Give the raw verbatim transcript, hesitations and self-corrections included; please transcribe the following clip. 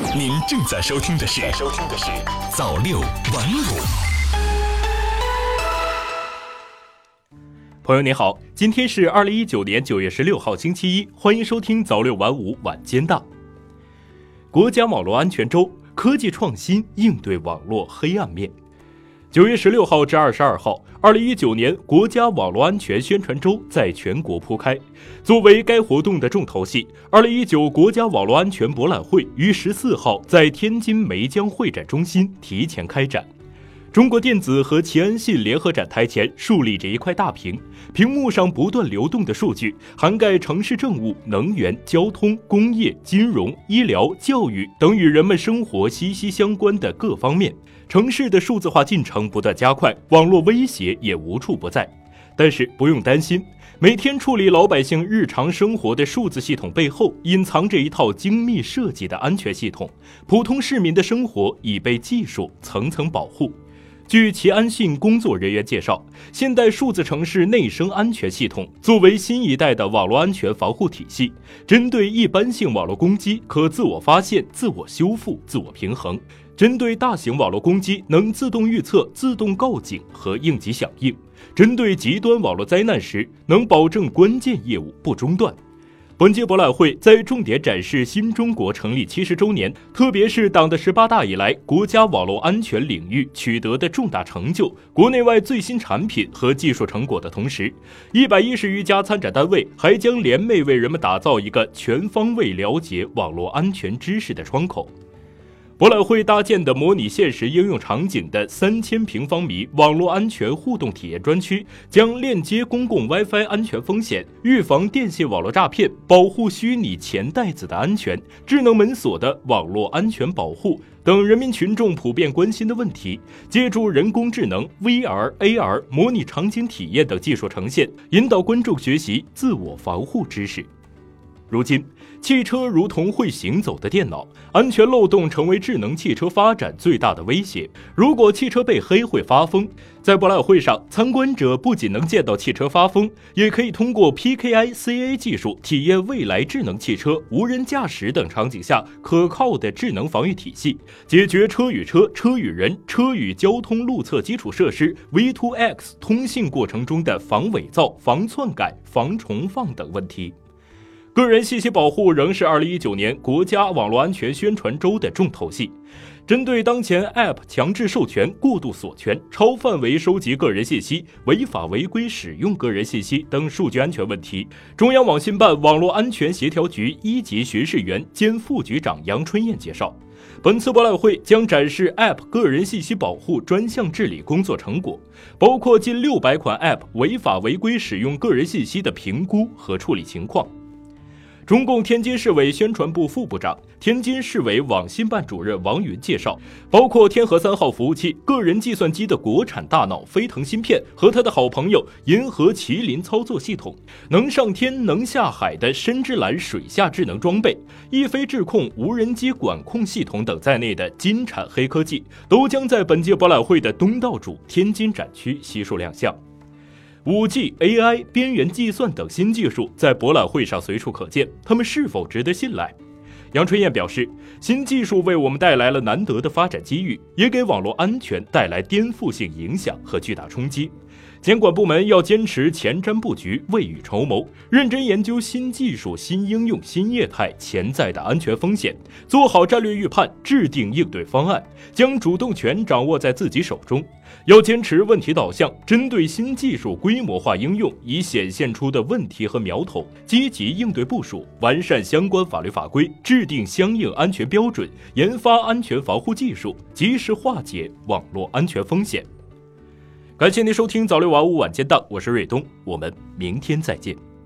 您正在收听的是收听的是早六晚五。 朋友您好，今天是二零一九年九月十六号星期一，欢迎收听早六晚五晚间档。国家网络安全周，科技创新应对网络黑暗面。九月十六号至二十二号，二零一九年国家网络安全宣传周在全国铺开。作为该活动的重头戏，二零一九国家网络安全博览会于十四号在天津梅江会展中心提前开展。中国电子和齐安信联合展台前竖立着一块大屏，屏幕上不断流动的数据涵盖城市政务、能源、交通、工业、金融、医疗、教育等与人们生活息息相关的各方面。城市的数字化进程不断加快，网络威胁也无处不在。但是不用担心，每天处理老百姓日常生活的数字系统背后，隐藏着一套精密设计的安全系统，普通市民的生活已被技术层层保护。据齐安信工作人员介绍，现代数字城市内生安全系统作为新一代的网络安全防护体系，针对一般性网络攻击可自我发现、自我修复、自我平衡；针对大型网络攻击能自动预测、自动告警和应急响应；针对极端网络灾难时能保证关键业务不中断。本届博览会在重点展示新中国成立七十周年，特别是党的十八大以来国家网络安全领域取得的重大成就、国内外最新产品和技术成果的同时，一百一十余家参展单位还将联袂为人们打造一个全方位了解网络安全知识的窗口。博览会搭建的模拟现实应用场景的三千平方米网络安全互动体验专区，将链接公共 WiFi 安全风险、预防电信网络诈骗、保护虚拟钱袋子的安全、智能门锁的网络安全保护等人民群众普遍关心的问题，借助人工智能、V R、A R 模拟场景体验等技术呈现，引导观众学习自我防护知识。如今，汽车如同会行走的电脑，安全漏洞成为智能汽车发展最大的威胁。如果汽车被黑会发疯，在博览会上，参观者不仅能见到汽车发疯，也可以通过 P K I C A 技术体验未来智能汽车、无人驾驶等场景下可靠的智能防御体系，解决车与车、车与人、车与交通路侧基础设施 V 二 X 通信过程中的防伪造、防篡改、防重放等问题。个人信息保护仍是二零一九年国家网络安全宣传周的重头戏。针对当前 App 强制授权、过度锁权、超范围收集个人信息、违法违规使用个人信息等数据安全问题，中央网信办网络安全协调局一级巡视员兼副局长杨春燕介绍，本次博览会将展示 App 个人信息保护专项治理工作成果，包括近六百款 App 违法违规使用个人信息的评估和处理情况。中共天津市委宣传部副部长、天津市委网信办主任王云介绍，包括天河三号服务器、个人计算机的国产大脑飞腾芯片和他的好朋友银河麒麟操作系统，能上天能下海的深之蓝水下智能装备、易飞智控无人机管控系统等在内的金产黑科技，都将在本届博览会的东道主天津展区悉数亮相。五 G、A I、边缘计算等新技术在博览会上随处可见，它们是否值得信赖？杨春燕表示，新技术为我们带来了难得的发展机遇，也给网络安全带来颠覆性影响和巨大冲击。监管部门要坚持前瞻布局、未雨绸缪，认真研究新技术、新应用、新业态潜在的安全风险，做好战略预判，制定应对方案，将主动权掌握在自己手中。要坚持问题导向，针对新技术规模化应用已显现出的问题和苗头，积极应对部署，完善相关法律法规，制定相应安全标准，研发安全防护技术，及时化解网络安全风险。感谢您收听早六晚五晚间档，我是瑞东，我们明天再见。